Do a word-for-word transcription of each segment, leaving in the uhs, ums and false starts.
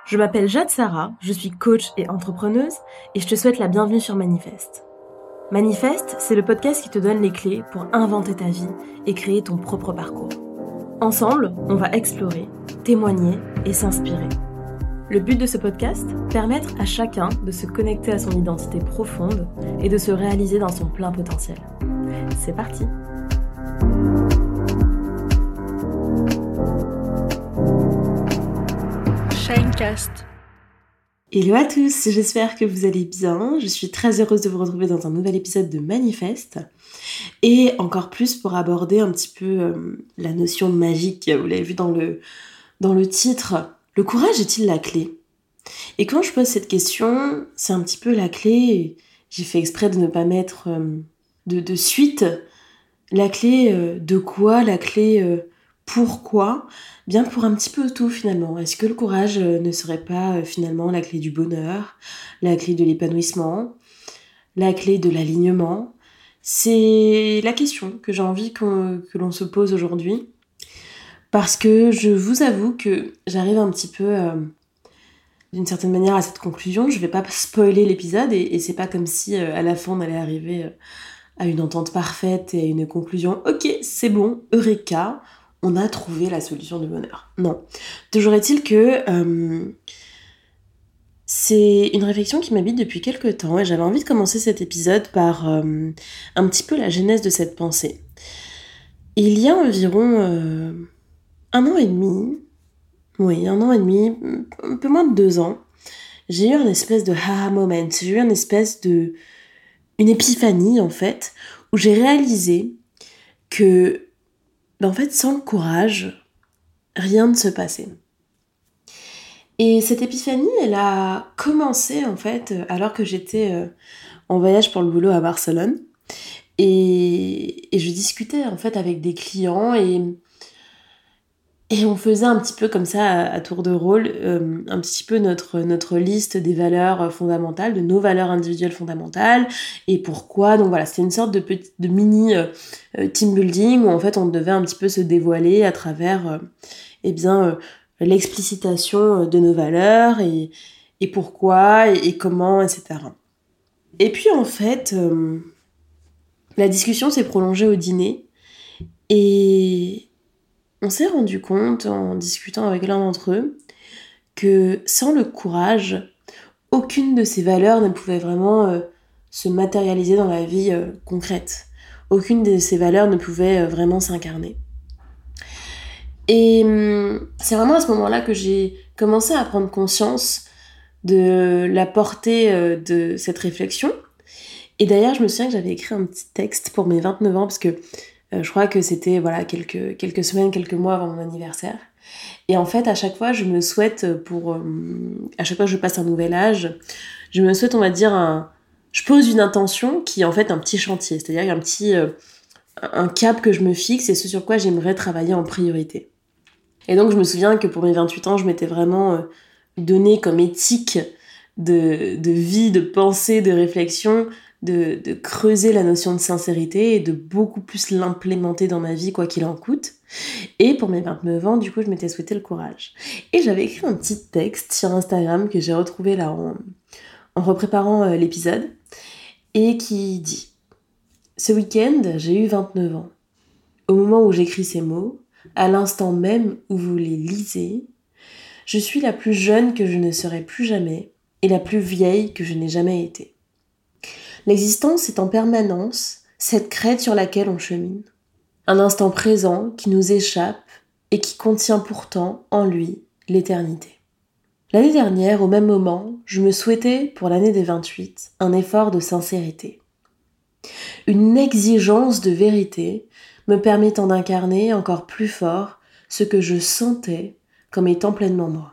Je m'appelle Jade Sarah, je suis coach et entrepreneuse et je te souhaite la bienvenue sur Manifeste. Manifeste, c'est le podcast qui te donne les clés pour inventer ta vie et créer ton propre parcours. Ensemble, on va explorer, témoigner et s'inspirer. Le but de ce podcast, permettre à chacun de se connecter à son identité profonde et de se réaliser dans son plein potentiel. C'est parti! Shinecast. Hello à tous, j'espère que vous allez bien. Je suis très heureuse de vous retrouver dans un nouvel épisode de Manifeste. Et encore plus pour aborder un petit peu euh, la notion de magique. Vous l'avez vu dans le, dans le titre. Le courage est-il la clé ? Et quand je pose cette question, c'est un petit peu la clé. J'ai fait exprès de ne pas mettre euh, de, de suite. La clé euh, de quoi ? La clé euh, pourquoi ? Bien pour un petit peu tout finalement. Est-ce que le courage euh, ne serait pas euh, finalement la clé du bonheur, la clé de l'épanouissement, la clé de l'alignement ? C'est la question que j'ai envie qu'on, que l'on se pose aujourd'hui. Parce que je vous avoue que j'arrive un petit peu euh, d'une certaine manière à cette conclusion. Je vais pas spoiler l'épisode et, et c'est pas comme si euh, à la fin on allait arriver euh, à une entente parfaite et à une conclusion. Ok, c'est bon, Eureka, on a trouvé la solution du bonheur. Non. Toujours est-il que euh, c'est une réflexion qui m'habite depuis quelques temps et j'avais envie de commencer cet épisode par euh, un petit peu la genèse de cette pensée. Il y a environ euh, un an et demi, oui, un an et demi, un peu moins de deux ans, j'ai eu un espèce de aha moment, j'ai eu une espèce de... une épiphanie en fait, où j'ai réalisé que, ben, en fait, sans le courage, rien ne se passait. Et cette épiphanie, elle a commencé en fait alors que j'étais euh, en voyage pour le boulot à Barcelone. Et, et je discutais en fait avec des clients et, et on faisait un petit peu comme ça à, à tour de rôle, euh, un petit peu notre, notre liste des valeurs fondamentales, de nos valeurs individuelles fondamentales et pourquoi. Donc voilà, c'était une sorte de, petit, de mini euh, team building où en fait on devait un petit peu se dévoiler à travers euh, eh bien, euh, l'explicitation de nos valeurs et, et pourquoi et, et comment, et cetera. Et puis en fait, euh, la discussion s'est prolongée au dîner et on s'est rendu compte en discutant avec l'un d'entre eux que sans le courage, aucune de ces valeurs ne pouvait vraiment euh, se matérialiser dans la vie euh, concrète. Aucune de ces valeurs ne pouvait euh, vraiment s'incarner. Et hum, c'est vraiment à ce moment-là que j'ai commencé à prendre conscience de la portée euh, de cette réflexion. Et d'ailleurs, je me souviens que j'avais écrit un petit texte pour mes vingt-neuf ans, parce que euh, je crois que c'était voilà, quelques, quelques semaines, quelques mois avant mon anniversaire. Et en fait, à chaque fois, je me souhaite, pour, euh, à chaque fois que je passe un nouvel âge, je me souhaite, on va dire, un, je pose une intention qui est en fait un petit chantier, c'est-à-dire un petit, euh, un cap que je me fixe et ce sur quoi j'aimerais travailler en priorité. Et donc, je me souviens que pour mes vingt-huit ans, je m'étais vraiment euh, donné comme éthique de, de vie, de pensée, de réflexion, de, de creuser la notion de sincérité et de beaucoup plus l'implémenter dans ma vie, quoi qu'il en coûte. Et pour mes vingt-neuf ans, du coup, je m'étais souhaité le courage. Et j'avais écrit un petit texte sur Instagram que j'ai retrouvé là en, en repréparant euh, l'épisode et qui dit « Ce week-end, j'ai eu vingt-neuf ans. Au moment où j'écris ces mots, à l'instant même où vous les lisez, je suis la plus jeune que je ne serai plus jamais et la plus vieille que je n'ai jamais été. L'existence est en permanence cette crête sur laquelle on chemine. Un instant présent qui nous échappe et qui contient pourtant en lui l'éternité. L'année dernière, au même moment, je me souhaitais, pour l'année des vingt-huit, un effort de sincérité. Une exigence de vérité me permettant d'incarner encore plus fort ce que je sentais comme étant pleinement moi.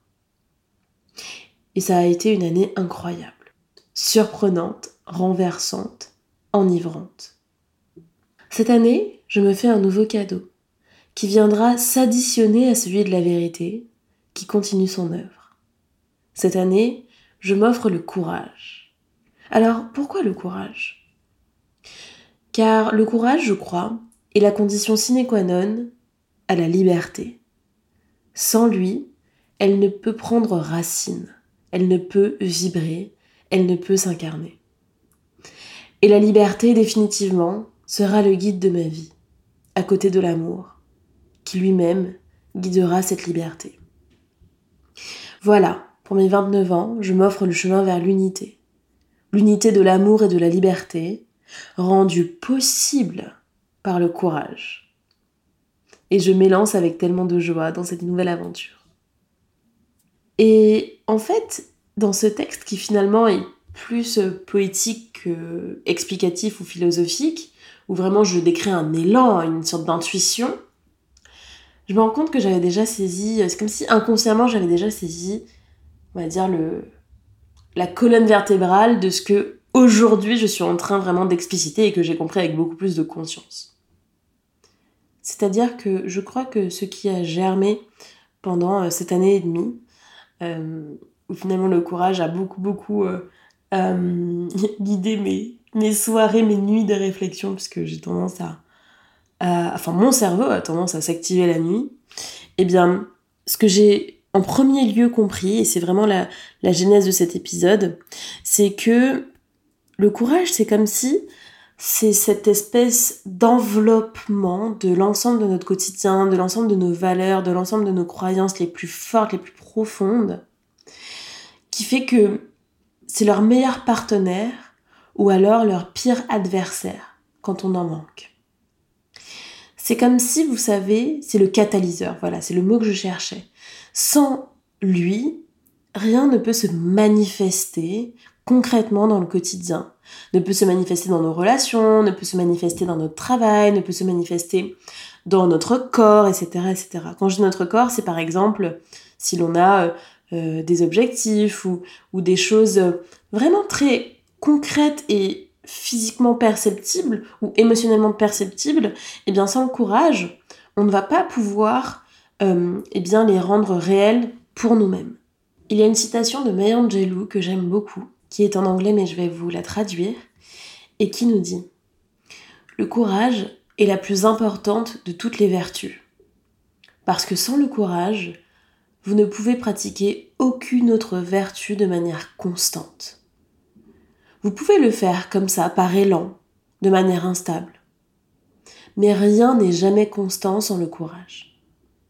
Et ça a été une année incroyable, surprenante, renversante, enivrante. Cette année, je me fais un nouveau cadeau qui viendra s'additionner à celui de la vérité qui continue son œuvre. Cette année, je m'offre le courage. Alors, pourquoi le courage ? Car le courage, je crois, est la condition sine qua non à la liberté. Sans lui, elle ne peut prendre racine, elle ne peut vibrer, elle ne peut s'incarner. Et la liberté, définitivement, sera le guide de ma vie, à côté de l'amour, qui lui-même guidera cette liberté. Voilà, pour mes vingt-neuf ans, je m'offre le chemin vers l'unité. L'unité de l'amour et de la liberté, rendue possible par le courage. Et je m'élance avec tellement de joie dans cette nouvelle aventure. Et en fait, dans ce texte qui finalement est plus poétique qu'explicatif ou philosophique, où vraiment je décris un élan, une sorte d'intuition, je me rends compte que j'avais déjà saisi, c'est comme si inconsciemment j'avais déjà saisi, on va dire, le, la colonne vertébrale de ce que aujourd'hui je suis en train vraiment d'expliciter et que j'ai compris avec beaucoup plus de conscience. C'est-à-dire que je crois que ce qui a germé pendant cette année et demie, euh, où finalement le courage a beaucoup beaucoup euh, euh, guidé mes, mes soirées, mes nuits de réflexion, puisque j'ai tendance à, à... Enfin, mon cerveau a tendance à s'activer la nuit. Eh bien, ce que j'ai en premier lieu compris, et c'est vraiment la, la genèse de cet épisode, c'est que le courage, c'est comme si c'est cette espèce d'enveloppement de l'ensemble de notre quotidien, de l'ensemble de nos valeurs, de l'ensemble de nos croyances les plus fortes, les plus profondes, qui fait que c'est leur meilleur partenaire ou alors leur pire adversaire quand on en manque. C'est comme si, vous savez, c'est le catalyseur, voilà, c'est le mot que je cherchais. Sans lui, rien ne peut se manifester concrètement dans le quotidien. Ne peut se manifester dans nos relations, ne peut se manifester dans notre travail, ne peut se manifester dans notre corps, et cetera, et cetera. Quand je dis notre corps, c'est par exemple si l'on a euh, des objectifs ou, ou des choses vraiment très concrètes et physiquement perceptibles ou émotionnellement perceptibles, et bien sans le courage, on ne va pas pouvoir euh, eh bien les rendre réels pour nous-mêmes. Il y a une citation de Maya Angelou que j'aime beaucoup, qui est en anglais mais je vais vous la traduire, et qui nous dit « Le courage est la plus importante de toutes les vertus. Parce que sans le courage, vous ne pouvez pratiquer aucune autre vertu de manière constante. Vous pouvez le faire comme ça, par élan, de manière instable. Mais rien n'est jamais constant sans le courage. »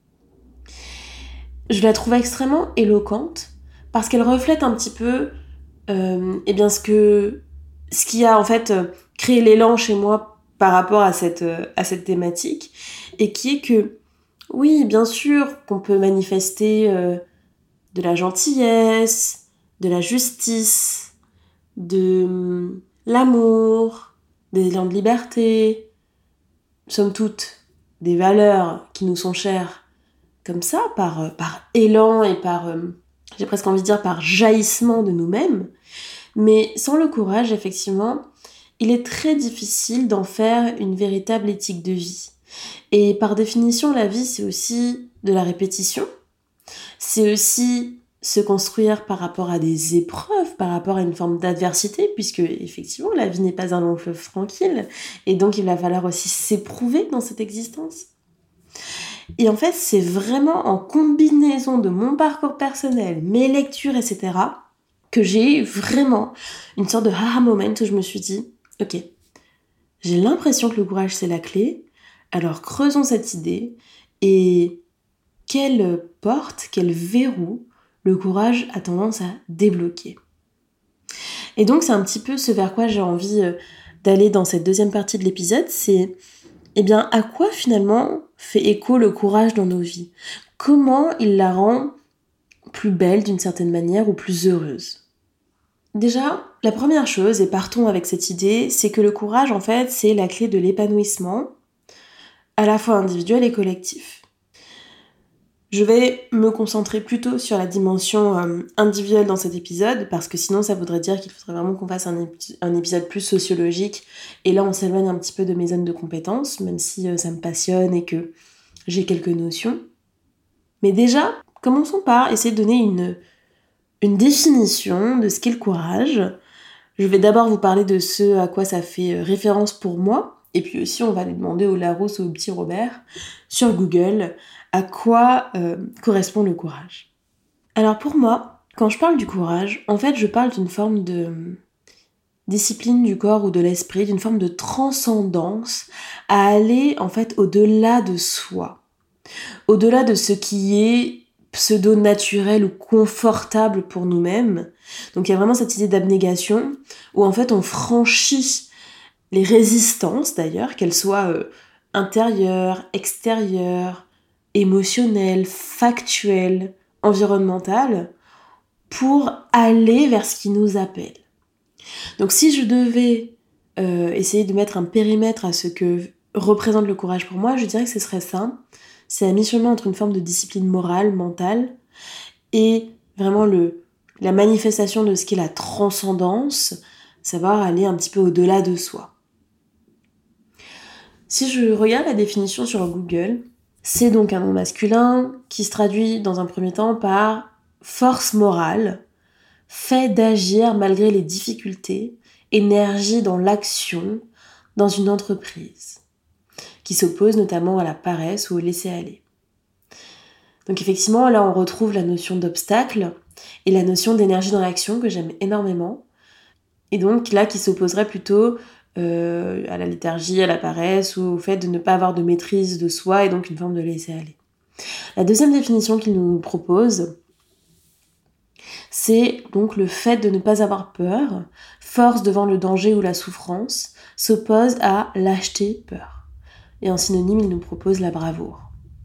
Je la trouve extrêmement éloquente parce qu'elle reflète un petit peu euh, eh bien ce, que, ce qui a en fait créé l'élan chez moi par rapport à cette, à cette thématique, et qui est que, oui, bien sûr qu'on peut manifester euh, de la gentillesse, de la justice, de euh, l'amour, des élans de liberté, somme toute des valeurs qui nous sont chères, comme ça, par, par élan et par, euh, j'ai presque envie de dire, par jaillissement de nous-mêmes. Mais sans le courage, effectivement, il est très difficile d'en faire une véritable éthique de vie. Et par définition, la vie, c'est aussi de la répétition. C'est aussi se construire par rapport à des épreuves, par rapport à une forme d'adversité, puisque, effectivement, la vie n'est pas un long fleuve tranquille. Et donc, il va falloir aussi s'éprouver dans cette existence. Et en fait, c'est vraiment en combinaison de mon parcours personnel, mes lectures, et cetera, que j'ai eu vraiment une sorte de aha moment où je me suis dit, ok, j'ai l'impression que le courage c'est la clé, alors creusons cette idée et quelle porte, quel verrou le courage a tendance à débloquer. Et donc c'est un petit peu ce vers quoi j'ai envie d'aller dans cette deuxième partie de l'épisode, c'est eh bien à quoi finalement fait écho le courage dans nos vies ? Comment il la rend plus belle d'une certaine manière ou plus heureuse ? Déjà, la première chose, et partons avec cette idée, c'est que le courage, en fait, c'est la clé de l'épanouissement, à la fois individuel et collectif. Je vais me concentrer plutôt sur la dimension euh, individuelle dans cet épisode, parce que sinon ça voudrait dire qu'il faudrait vraiment qu'on fasse un, épi- un épisode plus sociologique, et là on s'éloigne un petit peu de mes zones de compétences, même si euh, ça me passionne et que j'ai quelques notions. Mais déjà, commençons par essayer de donner une... une définition de ce qu'est le courage. Je vais d'abord vous parler de ce à quoi ça fait référence pour moi, et puis aussi on va aller demander au Larousse ou au petit Robert sur Google à quoi euh, correspond le courage. Alors pour moi, quand je parle du courage, en fait je parle d'une forme de discipline du corps ou de l'esprit, d'une forme de transcendance à aller en fait au-delà de soi, au-delà de ce qui est pseudo-naturel ou confortable pour nous-mêmes. Donc il y a vraiment cette idée d'abnégation où en fait on franchit les résistances d'ailleurs, qu'elles soient euh, intérieures, extérieures, émotionnelles, factuelles, environnementales, pour aller vers ce qui nous appelle. Donc si je devais euh, essayer de mettre un périmètre à ce que représente le courage pour moi, je dirais que ce serait ça. C'est à mi-chemin entre une forme de discipline morale, mentale, et vraiment le, la manifestation de ce qu'est la transcendance, savoir aller un petit peu au-delà de soi. Si je regarde la définition sur Google, c'est donc un nom masculin qui se traduit dans un premier temps par force morale, fait d'agir malgré les difficultés, énergie dans l'action, dans une entreprise, qui s'oppose notamment à la paresse ou au laisser-aller. Donc effectivement, là on retrouve la notion d'obstacle et la notion d'énergie dans l'action que j'aime énormément. Et donc là qui s'opposerait plutôt euh, à la léthargie, à la paresse ou au fait de ne pas avoir de maîtrise de soi et donc une forme de laisser-aller. La deuxième définition qu'il nous propose, c'est donc le fait de ne pas avoir peur, force devant le danger ou la souffrance, s'oppose à lâcheté, peur. Et en synonyme, il nous propose la bravoure.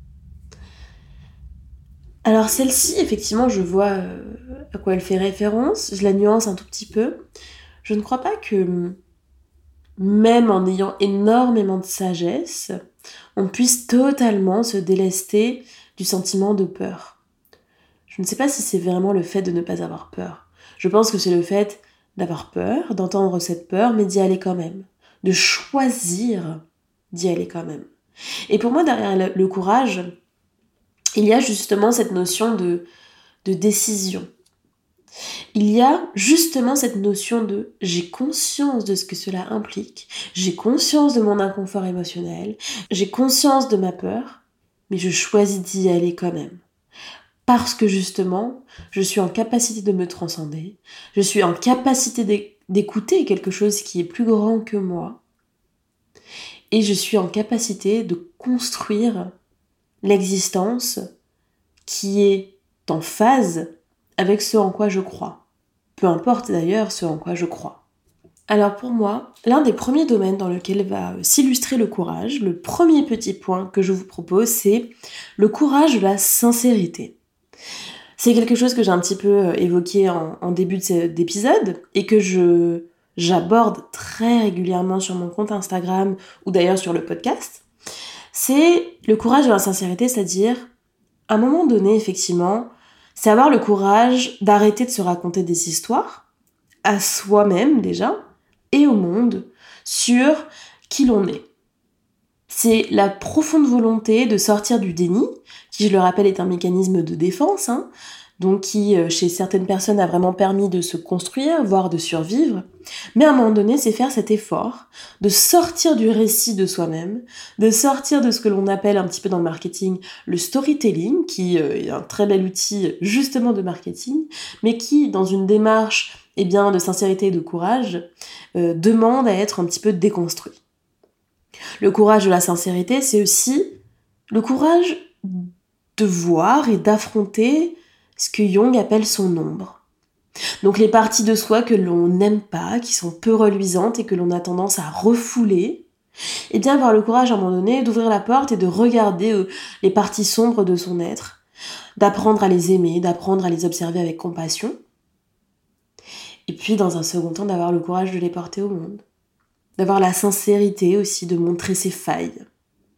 Alors celle-ci, effectivement, je vois euh, à quoi elle fait référence, je la nuance un tout petit peu. Je ne crois pas que, même en ayant énormément de sagesse, on puisse totalement se délester du sentiment de peur. Je ne sais pas si c'est vraiment le fait de ne pas avoir peur. Je pense que c'est le fait d'avoir peur, d'entendre cette peur, mais d'y aller quand même. De choisir d'y aller quand même. Et pour moi, derrière le courage, il y a justement cette notion de, de décision. Il y a justement cette notion de j'ai conscience de ce que cela implique, j'ai conscience de mon inconfort émotionnel, j'ai conscience de ma peur, mais je choisis d'y aller quand même. Parce que justement, je suis en capacité de me transcender, je suis en capacité d'écouter quelque chose qui est plus grand que moi, et je suis en capacité de construire l'existence qui est en phase avec ce en quoi je crois. Peu importe d'ailleurs ce en quoi je crois. Alors pour moi, l'un des premiers domaines dans lequel va s'illustrer le courage, le premier petit point que je vous propose, c'est le courage de la sincérité. C'est quelque chose que j'ai un petit peu évoqué en, en début d'épisode et que je, j'aborde très régulièrement sur mon compte Instagram ou d'ailleurs sur le podcast. C'est le courage de la sincérité, c'est-à-dire, à un moment donné, effectivement, c'est avoir le courage d'arrêter de se raconter des histoires, à soi-même déjà, et au monde, sur qui l'on est. C'est la profonde volonté de sortir du déni, qui je le rappelle est un mécanisme de défense, hein, donc qui chez certaines personnes a vraiment permis de se construire, voire de survivre, mais à un moment donné c'est faire cet effort de sortir du récit de soi-même, de sortir de ce que l'on appelle un petit peu dans le marketing le storytelling, qui est un très bel outil justement de marketing, mais qui dans une démarche eh bien, de sincérité et de courage euh, demande à être un petit peu déconstruit. Le courage de la sincérité, c'est aussi le courage de voir et d'affronter ce que Jung appelle son ombre. Donc les parties de soi que l'on n'aime pas, qui sont peu reluisantes et que l'on a tendance à refouler, et bien avoir le courage à un moment donné d'ouvrir la porte et de regarder les parties sombres de son être, d'apprendre à les aimer, d'apprendre à les observer avec compassion, et puis dans un second temps d'avoir le courage de les porter au monde. D'avoir la sincérité aussi, de montrer ses failles.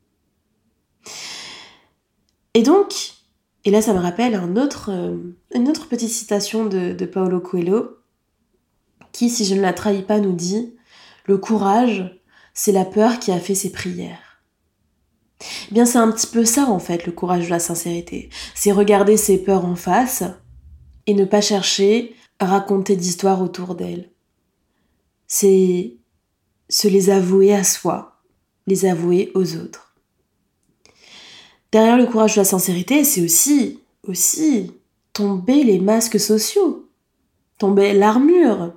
Et donc, et là ça me rappelle un autre, euh, une autre petite citation de, de Paulo Coelho, qui, si je ne la trahis pas, nous dit « Le courage, c'est la peur qui a fait ses prières. » Eh bien c'est un petit peu ça en fait, le courage de la sincérité. C'est regarder ses peurs en face et ne pas chercher à raconter d'histoires autour d'elles. C'est se les avouer à soi, les avouer aux autres. Derrière le courage de la sincérité, c'est aussi, aussi tomber les masques sociaux, tomber l'armure.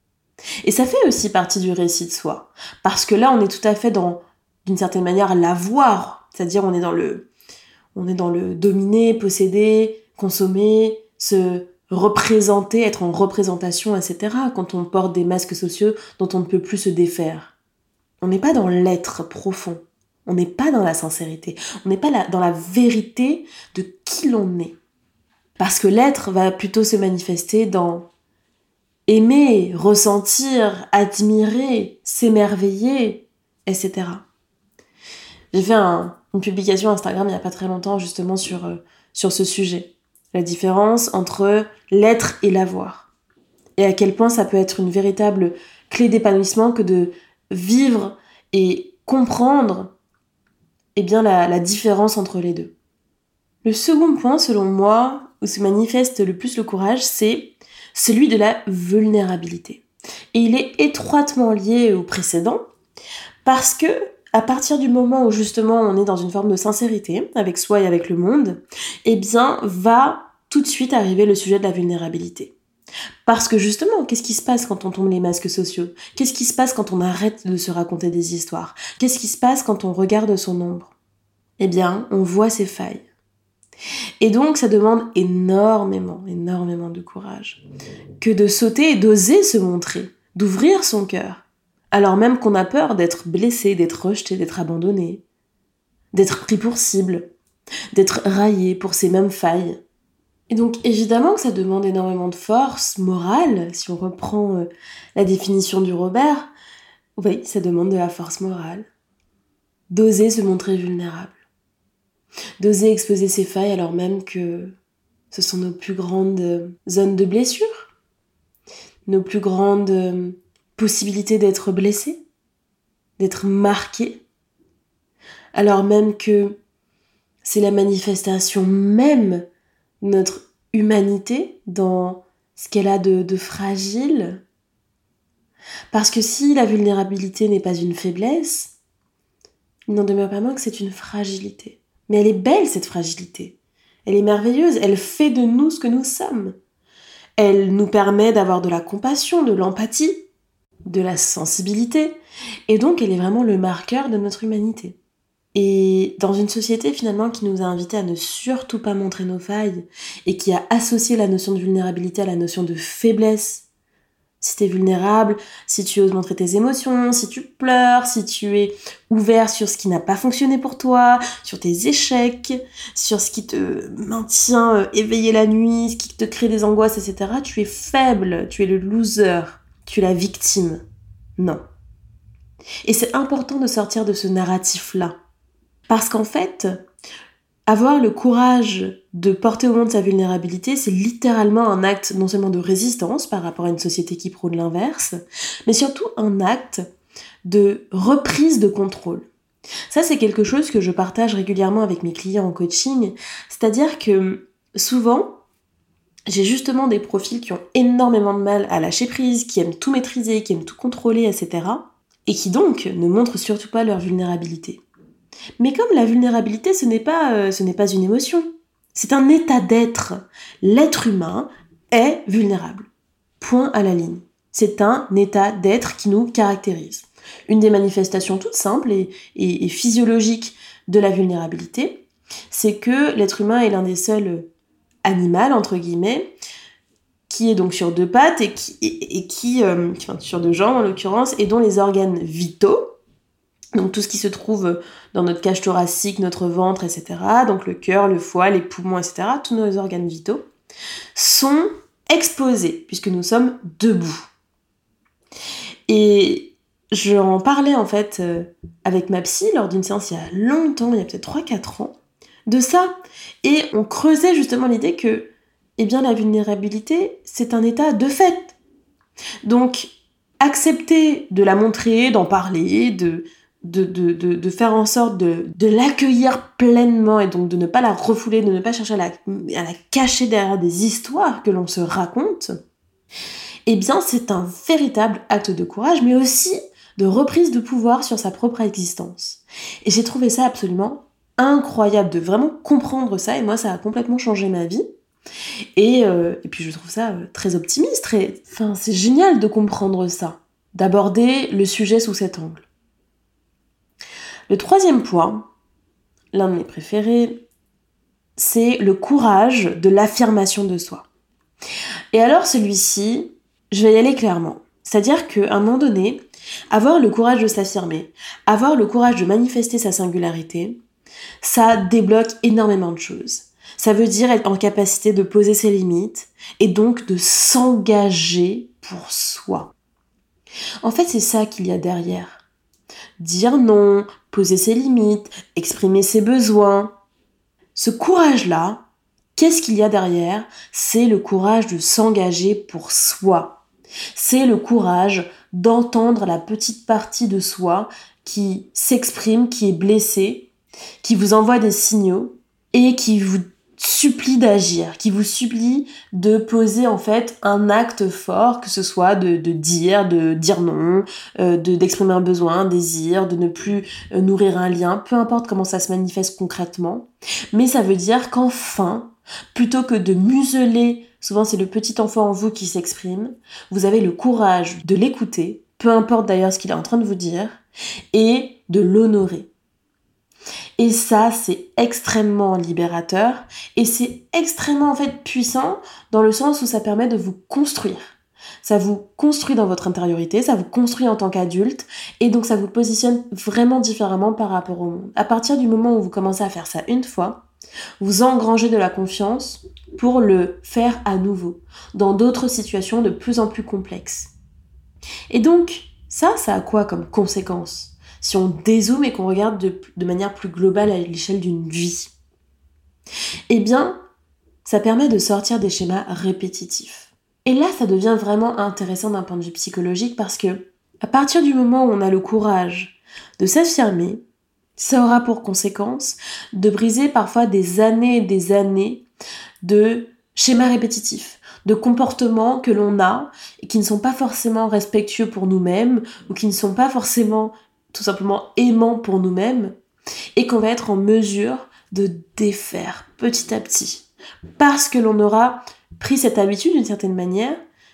Et ça fait aussi partie du récit de soi. Parce que là, on est tout à fait dans, d'une certaine manière, l'avoir. C'est-à-dire, on est dans le, on est dans le dominer, posséder, consommer, se représenter, être en représentation, et cetera. Quand on porte des masques sociaux dont on ne peut plus se défaire. On n'est pas dans l'être profond. On n'est pas dans la sincérité. On n'est pas dans la vérité de qui l'on est. Parce que l'être va plutôt se manifester dans aimer, ressentir, admirer, s'émerveiller, et cetera. J'ai fait un, une publication Instagram il n'y a pas très longtemps justement sur, euh, sur ce sujet. La différence entre l'être et l'avoir. Et à quel point ça peut être une véritable clé d'épanouissement que de vivre et comprendre eh bien, la, la différence entre les deux. Le second point, selon moi, où se manifeste le plus le courage, c'est celui de la vulnérabilité. Et il est étroitement lié au précédent, parce que à partir du moment où justement on est dans une forme de sincérité avec soi et avec le monde, eh bien va tout de suite arriver le sujet de la vulnérabilité. Parce que justement, qu'est-ce qui se passe quand on tombe les masques sociaux ? Qu'est-ce qui se passe quand on arrête de se raconter des histoires ? Qu'est-ce qui se passe quand on regarde son ombre ? Eh bien, on voit ses failles. Et donc, ça demande énormément, énormément de courage. Que de sauter et d'oser se montrer, d'ouvrir son cœur. Alors même qu'on a peur d'être blessé, d'être rejeté, d'être abandonné, d'être pris pour cible, d'être raillé pour ses mêmes failles. Et donc, évidemment que ça demande énormément de force morale, si on reprend euh, la définition du Robert. Oui, ça demande de la force morale. D'oser se montrer vulnérable. D'oser exposer ses failles alors même que ce sont nos plus grandes zones de blessure, nos plus grandes possibilités d'être blessés, d'être marqués, alors même que c'est la manifestation même de notre humanité dans ce qu'elle a de, de fragile. Parce que si la vulnérabilité n'est pas une faiblesse, il n'en demeure pas moins que c'est une fragilité. Mais elle est belle, cette fragilité. Elle est merveilleuse. Elle fait de nous ce que nous sommes. Elle nous permet d'avoir de la compassion, de l'empathie, de la sensibilité. Et donc, elle est vraiment le marqueur de notre humanité. Et dans une société, finalement, qui nous a invités à ne surtout pas montrer nos failles et qui a associé la notion de vulnérabilité à la notion de faiblesse, si t'es vulnérable, si tu oses montrer tes émotions, si tu pleures, si tu es ouvert sur ce qui n'a pas fonctionné pour toi, sur tes échecs, sur ce qui te maintient éveillé la nuit, ce qui te crée des angoisses, et cetera, tu es faible, tu es le loser, tu es la victime. Non. Et c'est important de sortir de ce narratif-là. Parce qu'en fait, avoir le courage de porter au monde sa vulnérabilité, c'est littéralement un acte non seulement de résistance par rapport à une société qui prône l'inverse, mais surtout un acte de reprise de contrôle. Ça, c'est quelque chose que je partage régulièrement avec mes clients en coaching, c'est-à-dire que souvent, j'ai justement des profils qui ont énormément de mal à lâcher prise, qui aiment tout maîtriser, qui aiment tout contrôler, et cetera, et qui donc ne montrent surtout pas leur vulnérabilité. Mais comme la vulnérabilité, ce n'est pas, euh, ce n'est pas une émotion, c'est un état d'être. L'être humain est vulnérable. Point à la ligne. C'est un état d'être qui nous caractérise. Une des manifestations toutes simples et, et, et physiologiques de la vulnérabilité, c'est que l'être humain est l'un des seuls animaux, entre guillemets, qui est donc sur deux pattes et qui, et, et qui euh, enfin, sur deux jambes en l'occurrence, et dont les organes vitaux, donc tout ce qui se trouve dans notre cage thoracique, notre ventre, et cetera, donc le cœur, le foie, les poumons, et cetera, tous nos organes vitaux, sont exposés, puisque nous sommes debout. Et j'en parlais en fait euh, avec ma psy lors d'une séance il y a longtemps, il y a peut-être trois quatre ans, de ça. Et on creusait justement l'idée que, eh bien, la vulnérabilité, c'est un état de fait. Donc, accepter de la montrer, d'en parler, de... De, de, de, de faire en sorte de, de l'accueillir pleinement et donc de ne pas la refouler, de ne pas chercher à la, à la cacher derrière des histoires que l'on se raconte, eh bien c'est un véritable acte de courage, mais aussi de reprise de pouvoir sur sa propre existence. Et j'ai trouvé ça absolument incroyable de vraiment comprendre ça, et moi ça a complètement changé ma vie. Et, euh, et puis je trouve ça euh, très optimiste, très... Enfin, c'est génial de comprendre ça, d'aborder le sujet sous cet angle. Le troisième point, l'un de mes préférés, c'est le courage de l'affirmation de soi. Et alors celui-ci, je vais y aller clairement. C'est-à-dire qu'à un moment donné, avoir le courage de s'affirmer, avoir le courage de manifester sa singularité, ça débloque énormément de choses. Ça veut dire être en capacité de poser ses limites et donc de s'engager pour soi. En fait, c'est ça qu'il y a derrière. Dire non, poser ses limites, exprimer ses besoins. Ce courage-là, qu'est-ce qu'il y a derrière ? C'est le courage de s'engager pour soi. C'est le courage d'entendre la petite partie de soi qui s'exprime, qui est blessée, qui vous envoie des signaux et qui vous supplie d'agir, qui vous supplie de poser en fait un acte fort, que ce soit de, de dire, de dire non, euh, de, d'exprimer un besoin, un désir, de ne plus euh, nourrir un lien, peu importe comment ça se manifeste concrètement. Mais ça veut dire qu'enfin, plutôt que de museler, souvent c'est le petit enfant en vous qui s'exprime, vous avez le courage de l'écouter, peu importe d'ailleurs ce qu'il est en train de vous dire, et de l'honorer. Et ça, c'est extrêmement libérateur et c'est extrêmement en fait puissant dans le sens où ça permet de vous construire. Ça vous construit dans votre intériorité, ça vous construit en tant qu'adulte et donc ça vous positionne vraiment différemment par rapport au monde. À partir du moment où vous commencez à faire ça une fois, vous engrangez de la confiance pour le faire à nouveau dans d'autres situations de plus en plus complexes. Et donc, ça, ça a quoi comme conséquence ? Si on dézoome et qu'on regarde de, de manière plus globale à l'échelle d'une vie, eh bien, ça permet de sortir des schémas répétitifs. Et là, ça devient vraiment intéressant d'un point de vue psychologique parce que, à partir du moment où on a le courage de s'affirmer, ça aura pour conséquence de briser parfois des années et des années de schémas répétitifs, de comportements que l'on a et qui ne sont pas forcément respectueux pour nous-mêmes ou qui ne sont pas forcément tout simplement aimant pour nous-mêmes et qu'on va être en mesure de défaire petit à petit. Parce que l'on aura pris cette habitude d'une certaine manière,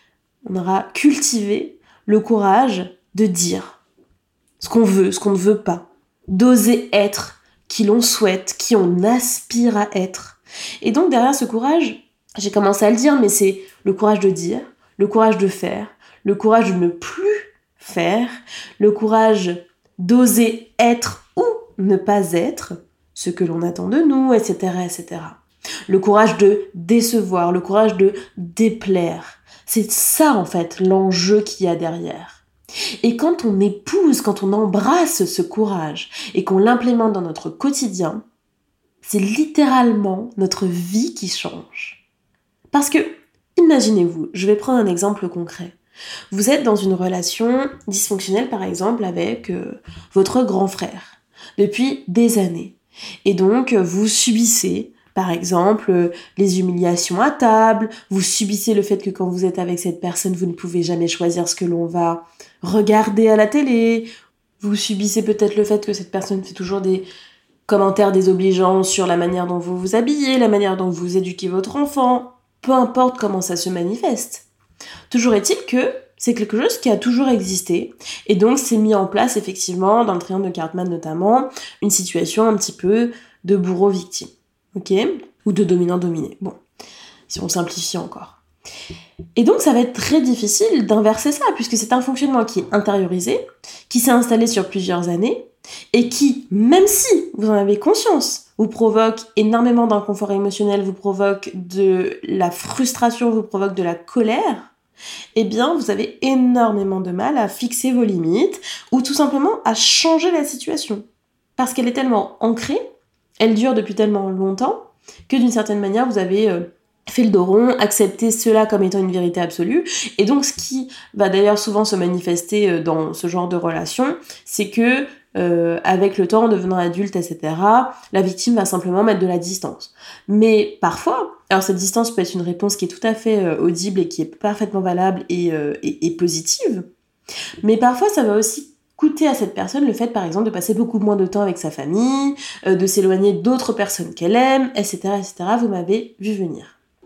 on aura cultivé le courage de dire ce qu'on veut, ce qu'on ne veut pas, d'oser être qui l'on souhaite, qui on aspire à être. Et donc derrière ce courage, j'ai commencé à le dire, mais c'est le courage de dire, le courage de faire, le courage de ne plus faire, le courage d'oser être ou ne pas être ce que l'on attend de nous, et cetera, et cetera. Le courage de décevoir, le courage de déplaire. C'est ça, en fait, l'enjeu qu'il y a derrière. Et quand on épouse, quand on embrasse ce courage et qu'on l'implémente dans notre quotidien, c'est littéralement notre vie qui change. Parce que, imaginez-vous, je vais prendre un exemple concret. Vous êtes dans une relation dysfonctionnelle, par exemple, avec euh, votre grand frère, depuis des années. Et donc, vous subissez, par exemple, euh, les humiliations à table, vous subissez le fait que quand vous êtes avec cette personne, vous ne pouvez jamais choisir ce que l'on va regarder à la télé, vous subissez peut-être le fait que cette personne fait toujours des commentaires désobligeants sur la manière dont vous vous habillez, la manière dont vous éduquez votre enfant, peu importe comment ça se manifeste. Toujours est-il que c'est quelque chose qui a toujours existé et donc c'est mis en place effectivement dans le triangle de Cartman notamment une situation un petit peu de bourreau-victime, ok ? Ou de dominant-dominé, bon, si on simplifie encore. Et donc ça va être très difficile d'inverser ça puisque c'est un fonctionnement qui est intériorisé, qui s'est installé sur plusieurs années et qui, même si vous en avez conscience, vous provoque énormément d'inconfort émotionnel, vous provoque de la frustration, vous provoque de la colère, eh bien, vous avez énormément de mal à fixer vos limites ou tout simplement à changer la situation. Parce qu'elle est tellement ancrée, elle dure depuis tellement longtemps, que d'une certaine manière, vous avez euh, fait le dos rond, accepté cela comme étant une vérité absolue. Et donc, ce qui va d'ailleurs souvent se manifester euh, dans ce genre de relation, c'est que Euh, avec le temps, en devenant adulte, et cetera, la victime va simplement mettre de la distance. Mais parfois, alors cette distance peut être une réponse qui est tout à fait euh, audible et qui est parfaitement valable et, euh, et, et positive, mais parfois ça va aussi coûter à cette personne le fait, par exemple, de passer beaucoup moins de temps avec sa famille, euh, de s'éloigner d'autres personnes qu'elle aime, et cetera, et cetera. Vous m'avez vu venir.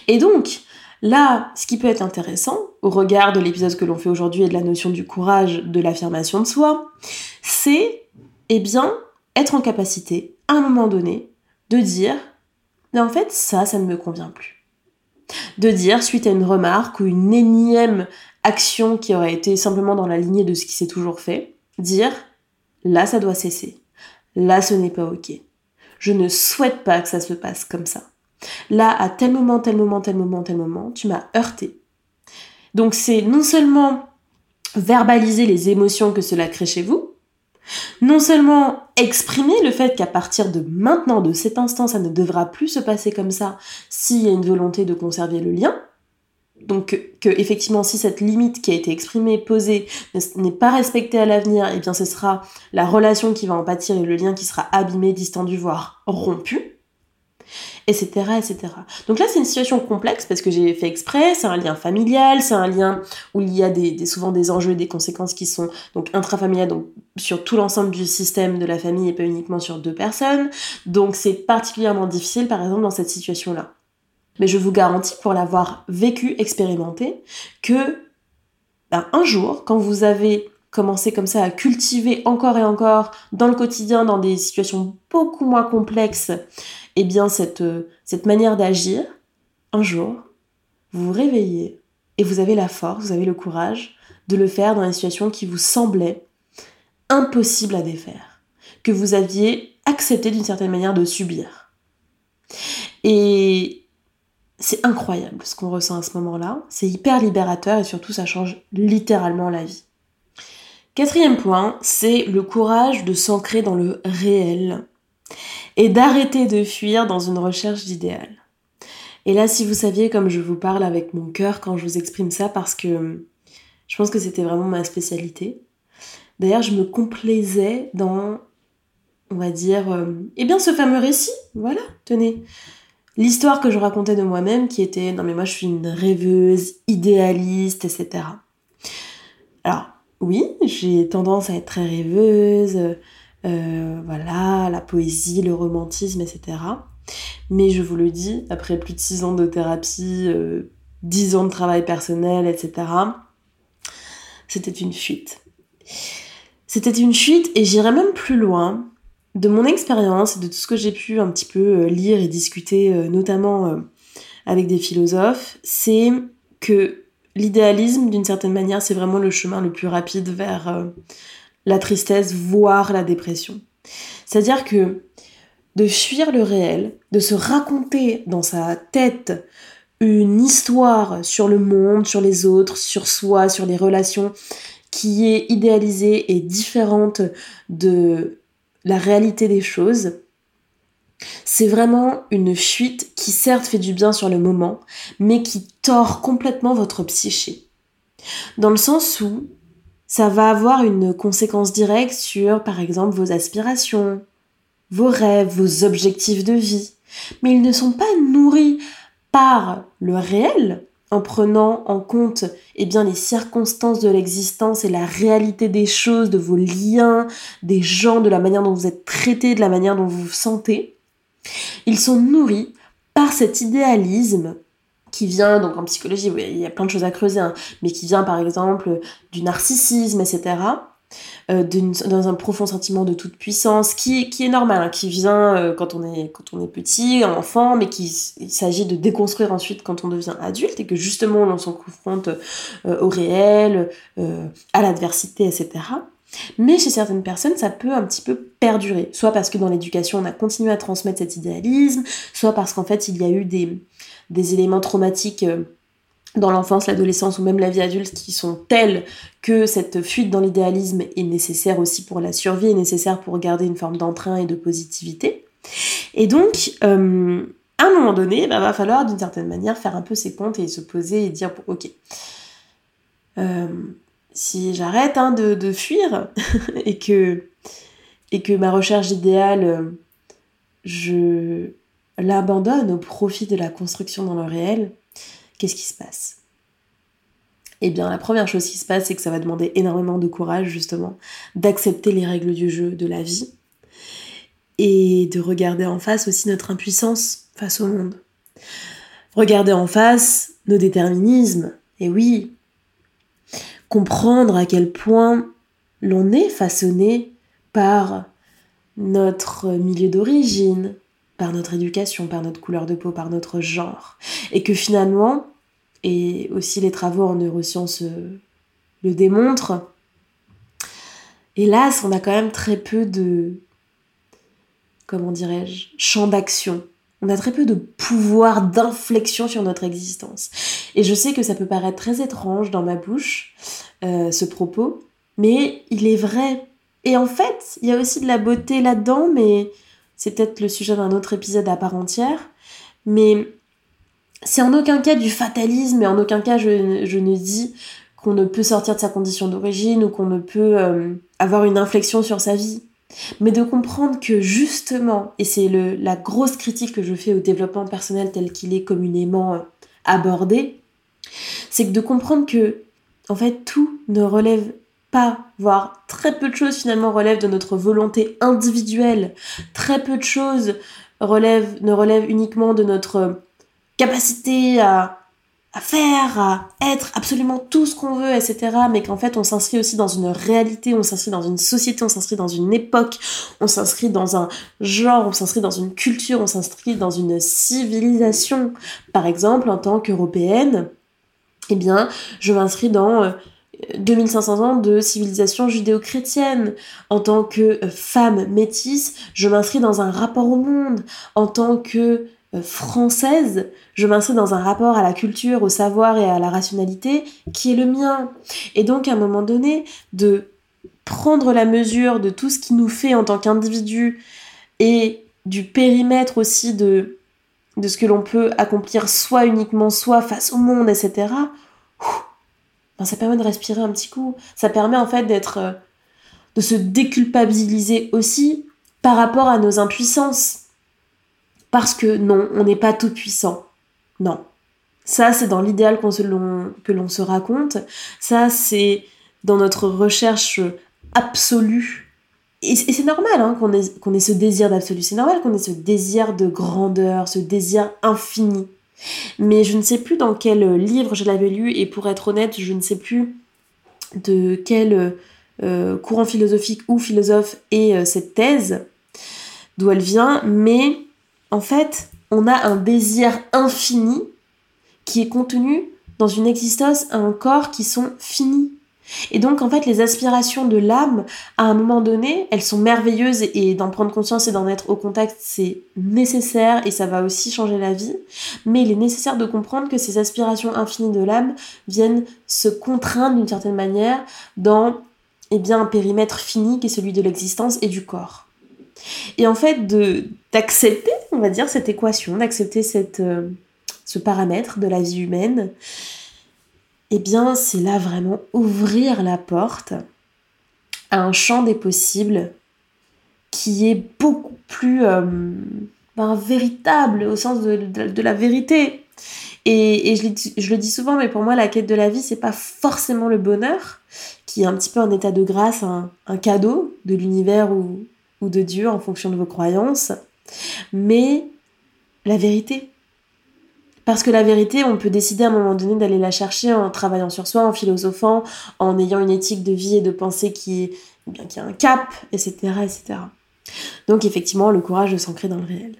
Et donc, là, ce qui peut être intéressant, au regard de l'épisode que l'on fait aujourd'hui et de la notion du courage, de l'affirmation de soi, c'est, eh bien, être en capacité, à un moment donné, de dire « Mais en fait, ça, ça ne me convient plus ». De dire, suite à une remarque ou une énième action qui aurait été simplement dans la lignée de ce qui s'est toujours fait, dire « Là, ça doit cesser. Là, ce n'est pas ok. Je ne souhaite pas que ça se passe comme ça. Là, à tel moment, tel moment, tel moment, tel moment, tu m'as heurté. » Donc c'est non seulement verbaliser les émotions que cela crée chez vous, non seulement exprimer le fait qu'à partir de maintenant, de cet instant, ça ne devra plus se passer comme ça s'il y a une volonté de conserver le lien, donc que, que effectivement si cette limite qui a été exprimée, posée, n'est pas respectée à l'avenir, eh bien ce sera la relation qui va en pâtir et le lien qui sera abîmé, distendu, voire rompu, et cetera, et cetera. Donc là, c'est une situation complexe parce que j'ai fait exprès, c'est un lien familial, c'est un lien où il y a des, des, souvent des enjeux et des conséquences qui sont donc intrafamiliales, donc sur tout l'ensemble du système de la famille et pas uniquement sur deux personnes. Donc c'est particulièrement difficile, par exemple, dans cette situation-là. Mais je vous garantis, pour l'avoir vécu, expérimenté, que ben, un jour, quand vous avez commencé comme ça à cultiver encore et encore dans le quotidien, dans des situations beaucoup moins complexes, eh bien cette, cette manière d'agir, un jour, vous vous réveillez et vous avez la force, vous avez le courage de le faire dans des situations qui vous semblaient impossibles à défaire, que vous aviez accepté d'une certaine manière de subir. Et c'est incroyable ce qu'on ressent à ce moment-là, c'est hyper libérateur et surtout ça change littéralement la vie. Quatrième point, c'est le courage de s'ancrer dans le réel et d'arrêter de fuir dans une recherche d'idéal. Et là, si vous saviez comme je vous parle avec mon cœur quand je vous exprime ça, parce que je pense que c'était vraiment ma spécialité. D'ailleurs, je me complaisais dans, on va dire, euh, eh bien ce fameux récit, voilà, tenez. L'histoire que je racontais de moi-même qui était, non mais moi je suis une rêveuse, idéaliste, et cetera. Alors, oui, j'ai tendance à être très rêveuse, euh, voilà, la poésie, le romantisme, et cetera. Mais je vous le dis, après plus de six ans de thérapie, euh, dix ans de travail personnel, et cetera, c'était une fuite. C'était une fuite et j'irais même plus loin. De mon expérience et de tout ce que j'ai pu un petit peu lire et discuter, notamment avec des philosophes, c'est que l'idéalisme, d'une certaine manière, c'est vraiment le chemin le plus rapide vers la tristesse, voire la dépression. C'est-à-dire que de fuir le réel, de se raconter dans sa tête une histoire sur le monde, sur les autres, sur soi, sur les relations, qui est idéalisée et différente de la réalité des choses, c'est vraiment une fuite qui certes fait du bien sur le moment, mais qui tord complètement votre psyché. Dans le sens où ça va avoir une conséquence directe sur, par exemple, vos aspirations, vos rêves, vos objectifs de vie. Mais ils ne sont pas nourris par le réel, en prenant en compte eh bien, les circonstances de l'existence et la réalité des choses, de vos liens, des gens, de la manière dont vous êtes traités, de la manière dont vous vous sentez. Ils sont nourris par cet idéalisme qui vient, donc en psychologie, oui, il y a plein de choses à creuser, hein, mais qui vient par exemple du narcissisme, et cetera, euh, dans un profond sentiment de toute puissance, qui, qui est normal, hein, qui vient euh, quand, on est, quand on est petit, enfant, mais qu'il s'agit de déconstruire ensuite quand on devient adulte, et que justement on s'en confronte euh, au réel, euh, à l'adversité, et cetera. Mais chez certaines personnes, ça peut un petit peu perdurer, soit parce que dans l'éducation, on a continué à transmettre cet idéalisme, soit parce qu'en fait, il y a eu des, des éléments traumatiques euh, dans l'enfance, l'adolescence ou même la vie adulte qui sont tels que cette fuite dans l'idéalisme est nécessaire aussi pour la survie, est nécessaire pour garder une forme d'entrain et de positivité. Et donc, euh, à un moment donné, bah, va falloir d'une certaine manière faire un peu ses comptes et se poser et dire, ok, euh, si j'arrête hein, de, de fuir et, que, et que ma recherche d'idéal, je l'abandonne au profit de la construction dans le réel, qu'est-ce qui se passe ? Eh bien, la première chose qui se passe, c'est que ça va demander énormément de courage, justement, d'accepter les règles du jeu de la vie et de regarder en face aussi notre impuissance face au monde. regarder en face nos déterminismes, et oui, comprendre à quel point l'on est façonné par notre milieu d'origine, par notre éducation, par notre couleur de peau, par notre genre, et que finalement, et aussi les travaux en neurosciences le démontrent, hélas, on a quand même très peu de, comment dirais-je, champ d'action. On a très peu de pouvoir d'inflexion sur notre existence. Et je sais que ça peut paraître très étrange dans ma bouche, euh, ce propos, mais il est vrai. Et en fait, il y a aussi de la beauté là-dedans, mais c'est peut-être le sujet d'un autre épisode à part entière. Mais c'est en aucun cas du fatalisme, et en aucun cas je, je ne dis qu'on ne peut sortir de sa condition d'origine ou qu'on ne peut euh, avoir une inflexion sur sa vie. Mais de comprendre que justement, et c'est le, la grosse critique que je fais au développement personnel tel qu'il est communément euh, abordé, c'est que de comprendre que, en fait, tout ne relève pas, voire très peu de choses finalement relèvent de notre volonté individuelle. Très peu de choses relèvent, ne relèvent uniquement de notre capacité à à faire, à être absolument tout ce qu'on veut, et cetera. Mais qu'en fait, on s'inscrit aussi dans une réalité, on s'inscrit dans une société, on s'inscrit dans une époque, on s'inscrit dans un genre, on s'inscrit dans une culture, on s'inscrit dans une civilisation. Par exemple, en tant qu'Européenne, eh bien, je m'inscris dans euh, deux mille cinq cents ans de civilisation judéo-chrétienne. En tant que euh, femme métisse, je m'inscris dans un rapport au monde. En tant que euh, française, je m'inscris dans un rapport à la culture, au savoir et à la rationalité qui est le mien. Et donc, à un moment donné, de prendre la mesure de tout ce qui nous fait en tant qu'individu et du périmètre aussi de, de ce que l'on peut accomplir soit uniquement soi face au monde, et cetera. Ben, ça permet de respirer un petit coup. Ça permet en fait d'être, euh, de se déculpabiliser aussi par rapport à nos impuissances. Parce que non, on n'est pas tout puissant. Non. Ça, c'est dans l'idéal qu'on se, l'on, que l'on se raconte. Ça, c'est dans notre recherche absolue. Et, et c'est normal hein, qu'on, ait, qu'on ait ce désir d'absolu. C'est normal qu'on ait ce désir de grandeur, ce désir infini. Mais je ne sais plus dans quel livre je l'avais lu, et pour être honnête, je ne sais plus de quel euh, courant philosophique ou philosophe est euh, cette thèse, d'où elle vient, mais en fait, on a un désir infini qui est contenu dans une existence, un corps qui sont finis. Et donc, en fait, les aspirations de l'âme, à un moment donné, elles sont merveilleuses, et d'en prendre conscience et d'en être au contact, c'est nécessaire, et ça va aussi changer la vie. Mais il est nécessaire de comprendre que ces aspirations infinies de l'âme viennent se contraindre d'une certaine manière dans eh bien, un périmètre fini qui est celui de l'existence et du corps. Et en fait, de, d'accepter, on va dire, cette équation, d'accepter cette, euh, ce paramètre de la vie humaine, eh bien, c'est là vraiment ouvrir la porte à un champ des possibles qui est beaucoup plus euh, ben, véritable, au sens de, de, de la vérité. Et, et je, je le dis souvent, mais pour moi, la quête de la vie, c'est pas forcément le bonheur, qui est un petit peu un état de grâce, un, un cadeau de l'univers ou, ou de Dieu, en fonction de vos croyances, mais la vérité. Parce que la vérité, on peut décider à un moment donné d'aller la chercher en travaillant sur soi, en philosophant, en ayant une éthique de vie et de pensée qui, est, eh bien, qui a un cap, et cetera, et cetera. Donc effectivement, le courage de s'ancrer dans le réel.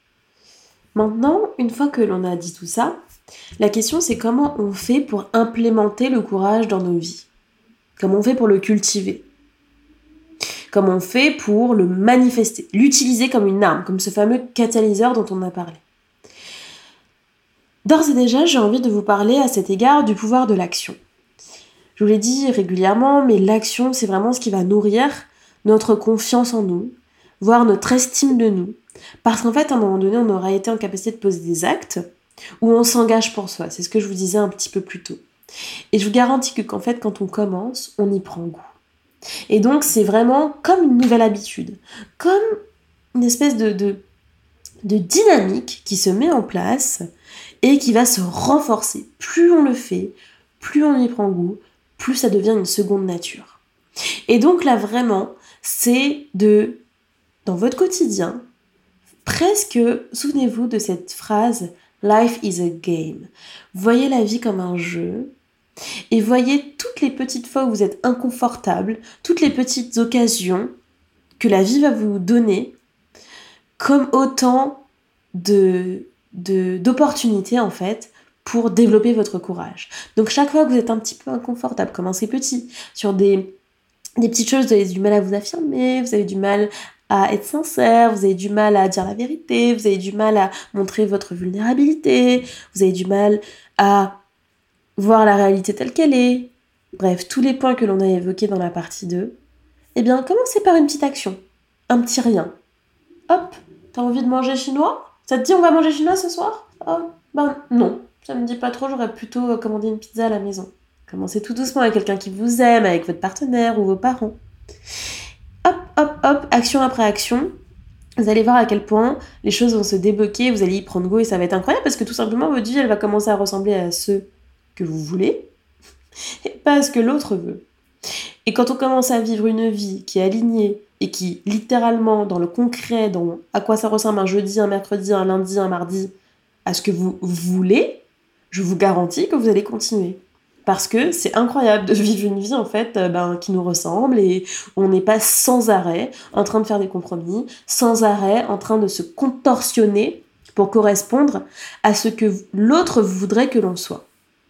Maintenant, une fois que l'on a dit tout ça, la question c'est comment on fait pour implémenter le courage dans nos vies. Comment on fait pour le cultiver. Comment on fait pour le manifester, l'utiliser comme une arme, comme ce fameux catalyseur dont on a parlé. D'ores et déjà, j'ai envie de vous parler à cet égard du pouvoir de l'action. Je vous l'ai dit régulièrement, mais l'action, c'est vraiment ce qui va nourrir notre confiance en nous, voire notre estime de nous. Parce qu'en fait, à un moment donné, on aura été en capacité de poser des actes où on s'engage pour soi. C'est ce que je vous disais un petit peu plus tôt. Et je vous garantis que qu'en fait, quand on commence, on y prend goût. Et donc, c'est vraiment comme une nouvelle habitude, comme une espèce de, de, de dynamique qui se met en place et qui va se renforcer. Plus on le fait, plus on y prend goût, plus ça devient une seconde nature. Et donc là, vraiment, c'est de, dans votre quotidien, presque, souvenez-vous de cette phrase Life is a game. Voyez la vie comme un jeu et voyez toutes les petites fois où vous êtes inconfortable, toutes les petites occasions que la vie va vous donner comme autant de, de, d'opportunités en fait pour développer votre courage. Donc chaque fois que vous êtes un petit peu inconfortable, commencez petit, sur des, des petites choses, vous avez du mal à vous affirmer, vous avez du mal à être sincère, vous avez du mal à dire la vérité, vous avez du mal à montrer votre vulnérabilité, vous avez du mal à voir la réalité telle qu'elle est. Bref, tous les points que l'on a évoqués dans la partie deux, eh bien, commencez par une petite action, un petit rien. Hop, t'as envie de manger chinois ? Ça te dit on va manger chinois ce soir ? Oh, ben non, ça me dit pas trop, j'aurais plutôt commandé une pizza à la maison. Commencez tout doucement avec quelqu'un qui vous aime, avec votre partenaire ou vos parents. Hop, hop, hop, action après action. Vous allez voir à quel point les choses vont se débloquer, vous allez y prendre goût et ça va être incroyable parce que tout simplement votre vie elle va commencer à ressembler à ce que vous voulez et pas à ce que l'autre veut. Et quand on commence à vivre une vie qui est alignée et qui littéralement dans le concret, dans à quoi ça ressemble un jeudi, un mercredi, un lundi, un mardi, à ce que vous voulez, je vous garantis que vous allez continuer. Parce que c'est incroyable de vivre une vie en fait euh, ben, qui nous ressemble et on n'est pas sans arrêt en train de faire des compromis, sans arrêt en train de se contorsionner pour correspondre à ce que l'autre voudrait que l'on soit.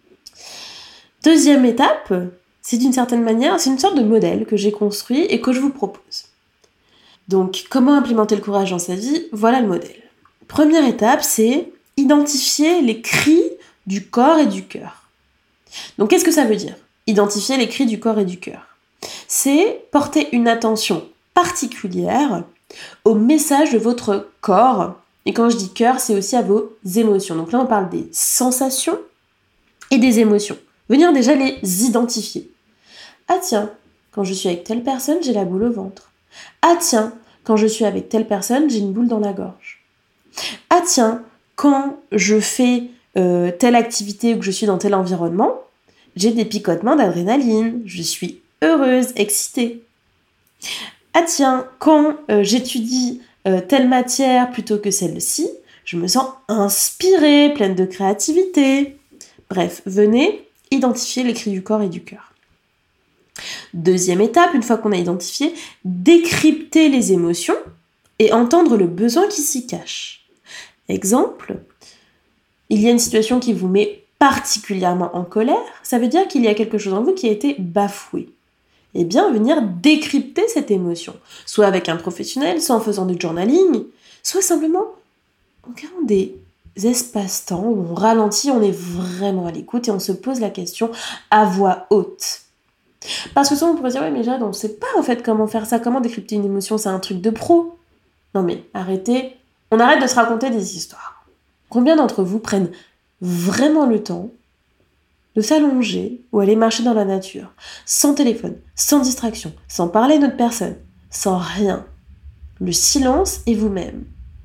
Deuxième étape, c'est d'une certaine manière, c'est une sorte de modèle que j'ai construit et que je vous propose. Donc, comment implémenter le courage dans sa vie ? Voilà le modèle. Première étape, c'est identifier les cris du corps et du cœur. Donc, qu'est-ce que ça veut dire ? Identifier les cris du corps et du cœur. C'est porter une attention particulière au message de votre corps. Et quand je dis cœur, c'est aussi à vos émotions. Donc là, on parle des sensations et des émotions. Venir déjà les identifier. Ah tiens, quand je suis avec telle personne, j'ai la boule au ventre. Ah tiens, quand je suis avec telle personne, j'ai une boule dans la gorge. Ah tiens, quand je fais euh, telle activité ou que je suis dans tel environnement, j'ai des picotements d'adrénaline, je suis heureuse, excitée. Ah tiens, quand euh, j'étudie euh, telle matière plutôt que celle-ci, je me sens inspirée, pleine de créativité. Bref, venez identifier les cris du corps et du cœur. Deuxième étape, une fois qu'on a identifié, décrypter les émotions et entendre le besoin qui s'y cache. Exemple, il y a une situation qui vous met particulièrement en colère, ça veut dire qu'il y a quelque chose en vous qui a été bafoué. Eh bien, venir décrypter cette émotion, soit avec un professionnel, soit en faisant du journaling, soit simplement en créant des espaces-temps où on ralentit, on est vraiment à l'écoute et on se pose la question à voix haute. Parce que souvent on pourrait dire, ouais mais Jade, on ne sait pas en fait comment faire ça, comment décrypter une émotion, c'est un truc de pro. Non mais arrêtez, on arrête de se raconter des histoires. Combien d'entre vous prennent vraiment le temps de s'allonger ou aller marcher dans la nature, sans téléphone, sans distraction, sans parler à une autre personne, sans rien. Le silence est vous-même.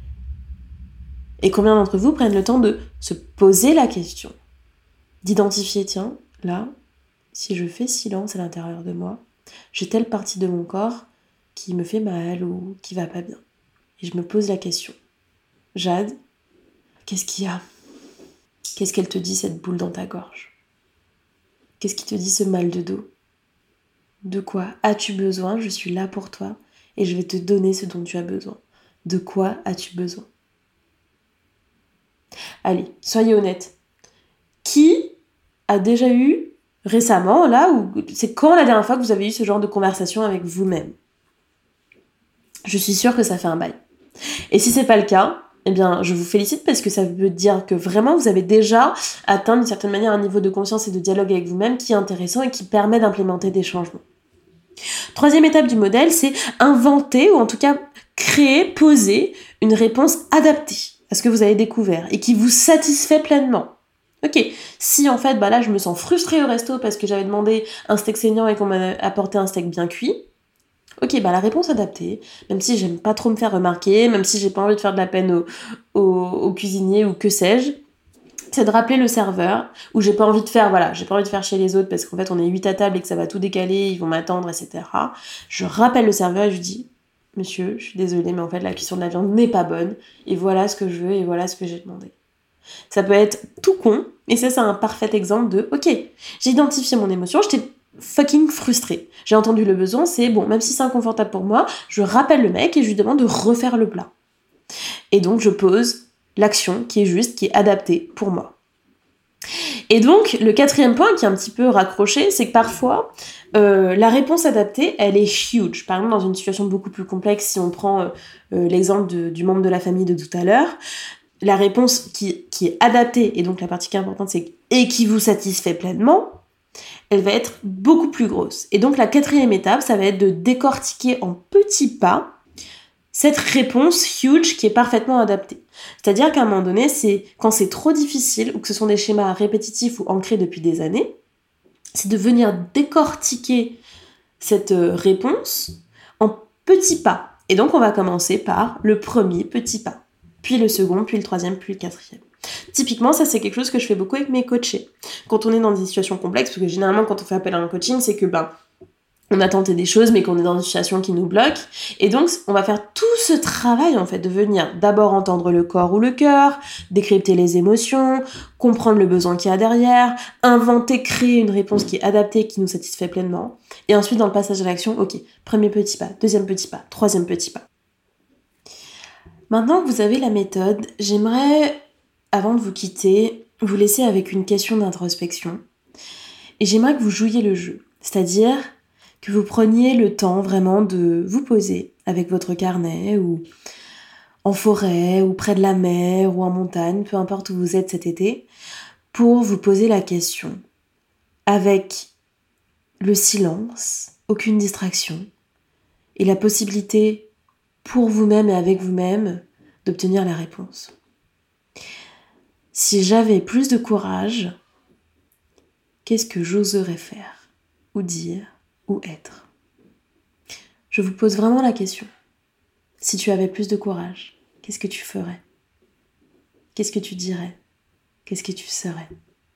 Et combien d'entre vous prennent le temps de se poser la question, d'identifier, tiens, là, si je fais silence à l'intérieur de moi, j'ai telle partie de mon corps qui me fait mal ou qui va pas bien. Et je me pose la question, Jade, qu'est-ce qu'il y a ? Qu'est-ce qu'elle te dit, cette boule dans ta gorge ? Qu'est-ce qui te dit ce mal de dos ? De quoi as-tu besoin ? Je suis là pour toi et je vais te donner ce dont tu as besoin. De quoi as-tu besoin ? Allez, soyez honnêtes. Qui a déjà eu récemment, là, ou c'est quand la dernière fois que vous avez eu ce genre de conversation avec vous-même ? Je suis sûre que ça fait un bail. Et si c'est pas le cas, eh bien, je vous félicite parce que ça veut dire que vraiment vous avez déjà atteint d'une certaine manière un niveau de conscience et de dialogue avec vous-même qui est intéressant et qui permet d'implémenter des changements. Troisième étape du modèle, c'est inventer ou en tout cas créer, poser une réponse adaptée à ce que vous avez découvert et qui vous satisfait pleinement. Ok, si en fait, bah là, je me sens frustrée au resto parce que j'avais demandé un steak saignant et qu'on m'a apporté un steak bien cuit, ok, bah la réponse adaptée, même si j'aime pas trop me faire remarquer, même si j'ai pas envie de faire de la peine au, au, au cuisinier ou que sais-je, c'est de rappeler le serveur, ou j'ai pas envie de faire, voilà, j'ai pas envie de faire chez les autres parce qu'en fait on est huit à table et que ça va tout décaler, ils vont m'attendre, et cetera. Je rappelle le serveur et je dis, monsieur, je suis désolée, mais en fait la cuisson de la viande n'est pas bonne, et voilà ce que je veux, et voilà ce que j'ai demandé. Ça peut être tout con, et ça c'est un parfait exemple de « Ok, j'ai identifié mon émotion, j'étais fucking frustrée. J'ai entendu le besoin, c'est bon, même si c'est inconfortable pour moi, je rappelle le mec et je lui demande de refaire le plat. Et donc je pose l'action qui est juste, qui est adaptée pour moi. » Et donc, le quatrième point qui est un petit peu raccroché, c'est que parfois, euh, la réponse adaptée, elle est huge. Par exemple, dans une situation beaucoup plus complexe, si on prend euh, euh, l'exemple de, du membre de la famille de tout à l'heure, la réponse qui, qui est adaptée, et donc la partie qui est importante, c'est « et qui vous satisfait pleinement », elle va être beaucoup plus grosse. Et donc, la quatrième étape, ça va être de décortiquer en petits pas cette réponse huge qui est parfaitement adaptée. C'est-à-dire qu'à un moment donné, c'est quand c'est trop difficile ou que ce sont des schémas répétitifs ou ancrés depuis des années, c'est de venir décortiquer cette réponse en petits pas. Et donc, on va commencer par le premier petit pas, puis le second, puis le troisième, puis le quatrième. Typiquement, ça, c'est quelque chose que je fais beaucoup avec mes coachés. Quand on est dans des situations complexes, parce que généralement, quand on fait appel à un coaching, c'est que, ben, on a tenté des choses, mais qu'on est dans une situation qui nous bloque. Et donc, on va faire tout ce travail, en fait, de venir d'abord entendre le corps ou le cœur, décrypter les émotions, comprendre le besoin qu'il y a derrière, inventer, créer une réponse qui est adaptée, qui nous satisfait pleinement. Et ensuite, dans le passage à l'action, ok, premier petit pas, deuxième petit pas, troisième petit pas. Maintenant que vous avez la méthode, j'aimerais, avant de vous quitter, vous laisser avec une question d'introspection. Et j'aimerais que vous jouiez le jeu. C'est-à-dire que vous preniez le temps vraiment de vous poser avec votre carnet ou en forêt ou près de la mer ou en montagne, peu importe où vous êtes cet été, pour vous poser la question avec le silence, aucune distraction et la possibilité pour vous-même et avec vous-même d'obtenir la réponse. Si j'avais plus de courage, qu'est-ce que j'oserais faire ou dire ou être? Je vous pose vraiment la question. Si tu avais plus de courage, qu'est-ce que tu ferais? Qu'est-ce que tu dirais? Qu'est-ce que tu serais?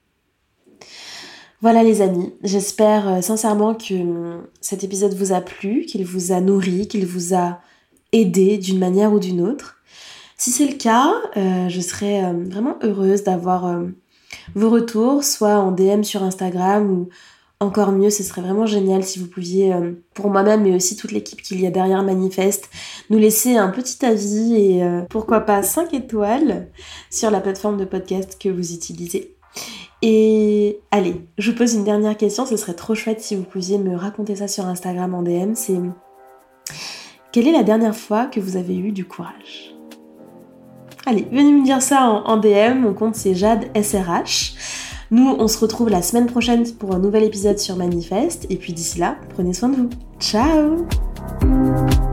Voilà les amis, j'espère sincèrement que cet épisode vous a plu, qu'il vous a nourri, qu'il vous a aidé d'une manière ou d'une autre. Si c'est le cas, euh, je serais euh, vraiment heureuse d'avoir euh, vos retours, soit en D M sur Instagram ou encore mieux, ce serait vraiment génial si vous pouviez, euh, pour moi-même mais aussi toute l'équipe qu'il y a derrière Manifeste, nous laisser un petit avis et euh, pourquoi pas cinq étoiles sur la plateforme de podcast que vous utilisez. Et allez, je vous pose une dernière question, ce serait trop chouette si vous pouviez me raconter ça sur Instagram en D M, c'est quelle est la dernière fois que vous avez eu du courage? Allez, venez me dire ça en, en D M, mon compte c'est Jade S R H. Nous, on se retrouve la semaine prochaine pour un nouvel épisode sur Manifeste, et puis d'ici là, prenez soin de vous. Ciao!